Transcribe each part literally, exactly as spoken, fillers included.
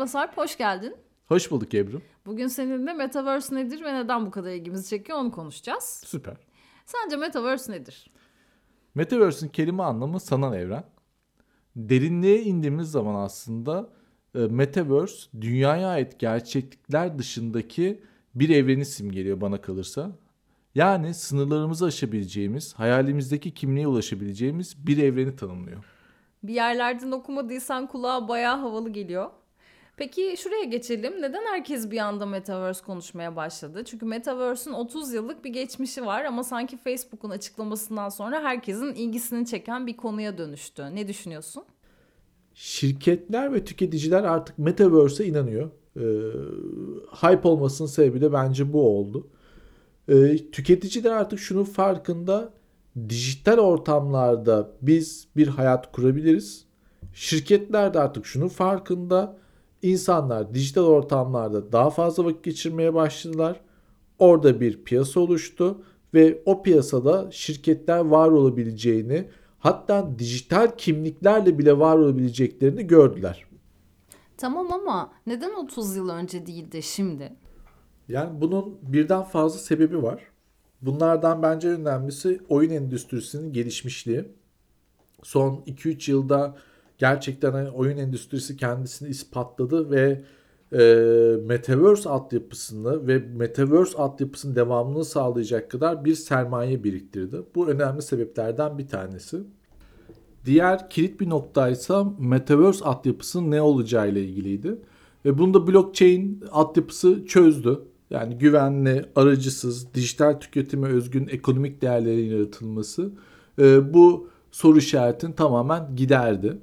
Sarp, hoş geldin. Hoş bulduk Ebru. Bugün seninle Metaverse nedir ve neden bu kadar ilgimizi çekiyor onu konuşacağız. Süper. Sence Metaverse nedir? Metaverse'ün kelime anlamı sanal evren. Derinliğe indiğimiz zaman aslında e, Metaverse dünyaya ait gerçeklikler dışındaki bir evreni simgeliyor bana kalırsa. Yani sınırlarımızı aşabileceğimiz, hayalimizdeki kimliğe ulaşabileceğimiz bir evreni tanımlıyor. Bir yerlerden okumadıysan kulağa bayağı havalı geliyor. Peki şuraya geçelim. Neden herkes bir anda Metaverse konuşmaya başladı? Çünkü Metaverse'ün otuz yıllık bir geçmişi var ama sanki Facebook'un açıklamasından sonra herkesin ilgisini çeken bir konuya dönüştü. Ne düşünüyorsun? Şirketler ve tüketiciler artık Metaverse'e inanıyor. Ee, hype olmasının sebebi de bence bu oldu. Ee, tüketiciler artık şunun farkında: dijital ortamlarda biz bir hayat kurabiliriz. Şirketler de artık şunun farkında: insanlar dijital ortamlarda daha fazla vakit geçirmeye başladılar. Orada bir piyasa oluştu ve o piyasada şirketler var olabileceğini, hatta dijital kimliklerle bile var olabileceklerini gördüler. Tamam ama neden otuz yıl önce değil de şimdi? Yani bunun birden fazla sebebi var. Bunlardan bence önemlisi oyun endüstrisinin gelişmişliği. Son iki üç yılda gerçekten hani oyun endüstrisi kendisini ispatladı ve e, Metaverse altyapısını ve Metaverse altyapısının devamını sağlayacak kadar bir sermaye biriktirdi. Bu önemli sebeplerden bir tanesi. Diğer kilit bir noktaysa Metaverse altyapısının ne olacağı ile ilgiliydi. Ve bunu da blockchain altyapısı çözdü. Yani güvenli, aracısız, dijital tüketime özgün ekonomik değerlerin yaratılması e, bu soru işaretini tamamen giderdi.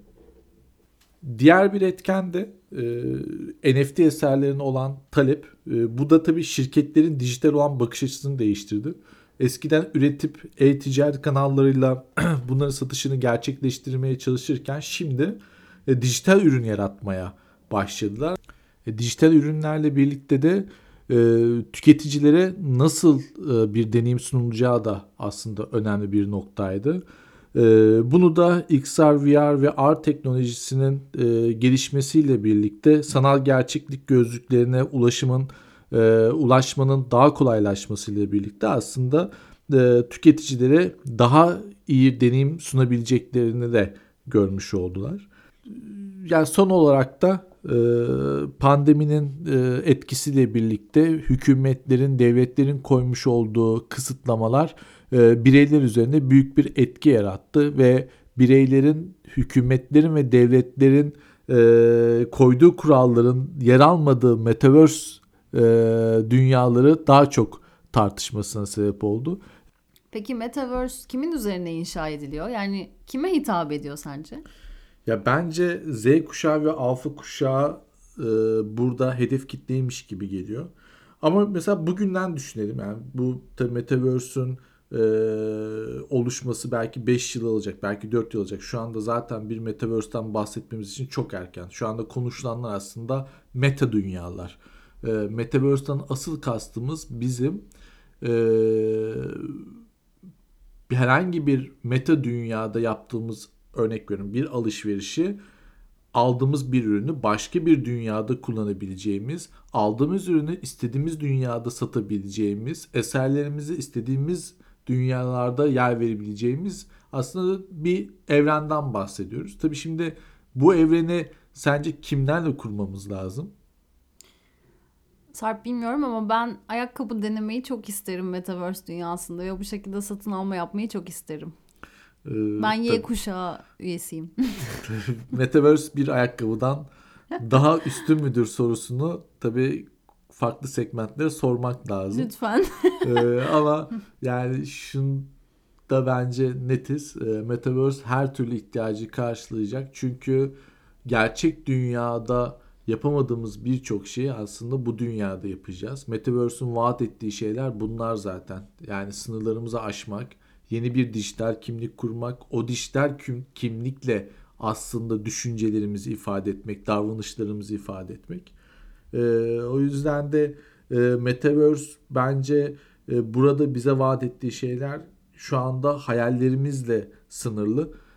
Diğer bir etken de e, N F T eserlerine olan talep. E, bu da tabii şirketlerin dijital olan bakış açısını değiştirdi. Eskiden üretip e-ticaret kanallarıyla bunların satışını gerçekleştirmeye çalışırken şimdi e, dijital ürün yaratmaya başladılar. E, dijital ürünlerle birlikte de e, tüketicilere nasıl e, bir deneyim sunulacağı da aslında önemli bir noktaydı. E, bunu da X R, V R ve R teknolojisinin e, gelişmesiyle birlikte sanal gerçeklik gözlüklerine ulaşımın e, ulaşmanın daha kolaylaşmasıyla birlikte aslında e, tüketicilere daha iyi deneyim sunabileceklerini de görmüş oldular. Yani son olarak da e, pandeminin e, etkisiyle birlikte hükümetlerin, devletlerin koymuş olduğu kısıtlamalar e, bireyler üzerinde büyük bir etki yarattı ve bireylerin, hükümetlerin ve devletlerin e, koyduğu kuralların yer almadığı Metaverse e, dünyaları daha çok tartışmasına sebep oldu. Peki Metaverse kimin üzerine inşa ediliyor? Yani kime hitap ediyor sence? Ya bence Z kuşağı ve alfa kuşağı e, burada hedef kitleymiş gibi geliyor. Ama mesela bugünden düşünelim. Yani bu tabii Metaverse'ün e, oluşması belki beş yıl alacak, belki dört yıl alacak. Şu anda zaten bir Metaverse'den bahsetmemiz için çok erken. Şu anda konuşulanlar aslında meta dünyalar. E, Metaverse'den asıl kastımız bizim e, herhangi bir meta dünyada yaptığımız, örnek veriyorum, bir alışverişi, aldığımız bir ürünü başka bir dünyada kullanabileceğimiz, aldığımız ürünü istediğimiz dünyada satabileceğimiz, eserlerimizi istediğimiz dünyalarda yer verebileceğimiz aslında bir evrenden bahsediyoruz. Tabii şimdi bu evreni sence kimlerle kurmamız lazım? Sarp, bilmiyorum ama ben ayakkabı denemeyi çok isterim Metaverse dünyasında ve bu şekilde satın alma yapmayı çok isterim. Ee, Ben Y tabii. kuşağı üyesiyim. Metaverse bir ayakkabıdan daha üstün müdür sorusunu tabii farklı segmentlere sormak lazım. Lütfen. Ee, ama yani şunda bence netiz. Ee, Metaverse her türlü ihtiyacı karşılayacak. Çünkü gerçek dünyada yapamadığımız birçok şeyi aslında bu dünyada yapacağız. Metaverse'ün vaat ettiği şeyler bunlar zaten. Yani sınırlarımızı aşmak, yeni bir dijital kimlik kurmak, o dijital kim- kimlikle aslında düşüncelerimizi ifade etmek, davranışlarımızı ifade etmek. Ee, o yüzden de e, Metaverse bence e, burada bize vaat ettiği şeyler şu anda hayallerimizle sınırlı.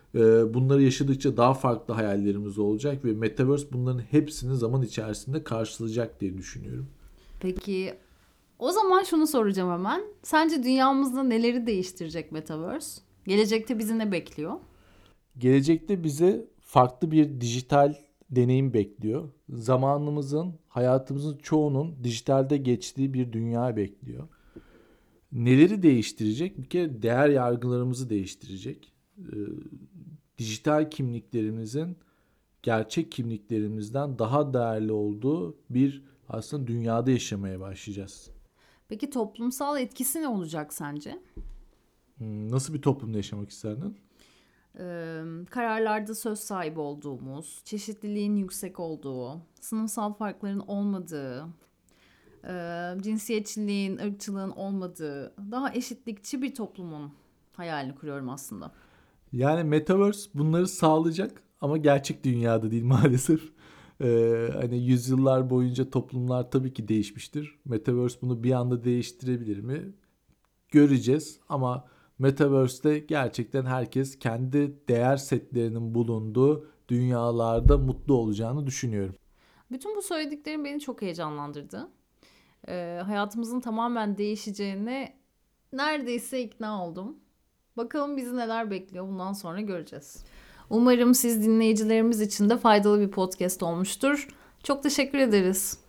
Ee, bunları yaşadıkça daha farklı hayallerimiz olacak ve Metaverse bunların hepsini zaman içerisinde karşılayacak diye düşünüyorum. Peki o zaman şunu soracağım hemen. Sence dünyamızda neleri değiştirecek Metaverse? Gelecekte bizi ne bekliyor? Gelecekte bize farklı bir dijital deneyim bekliyor. Zamanımızın, hayatımızın çoğunun dijitalde geçtiği bir dünya bekliyor. Neleri değiştirecek? Bir kere değer yargılarımızı değiştirecek. Ee, dijital kimliklerimizin gerçek kimliklerimizden daha değerli olduğu bir aslında dünyada yaşamaya başlayacağız. Peki toplumsal etkisi ne olacak sence? Hmm, nasıl bir toplumda yaşamak isterdin? Ee, kararlarda söz sahibi olduğumuz, çeşitliliğin yüksek olduğu, sınıfsal farkların olmadığı, e, cinsiyetçiliğin, ırkçılığın olmadığı, daha eşitlikçi bir toplumun hayalini kuruyorum aslında. Yani Metaverse bunları sağlayacak ama gerçek dünyada değil maalesef. Ee, hani yüzyıllar boyunca toplumlar tabii ki değişmiştir. Metaverse bunu bir anda değiştirebilir mi? Göreceğiz ama Metaverse'te gerçekten herkes kendi değer setlerinin bulunduğu dünyalarda mutlu olacağını düşünüyorum. Bütün bu söylediklerim beni çok heyecanlandırdı. Ee, hayatımızın tamamen değişeceğine neredeyse ikna oldum. Bakalım bizi neler bekliyor bundan sonra göreceğiz. Umarım siz dinleyicilerimiz için de faydalı bir podcast olmuştur. Çok teşekkür ederiz.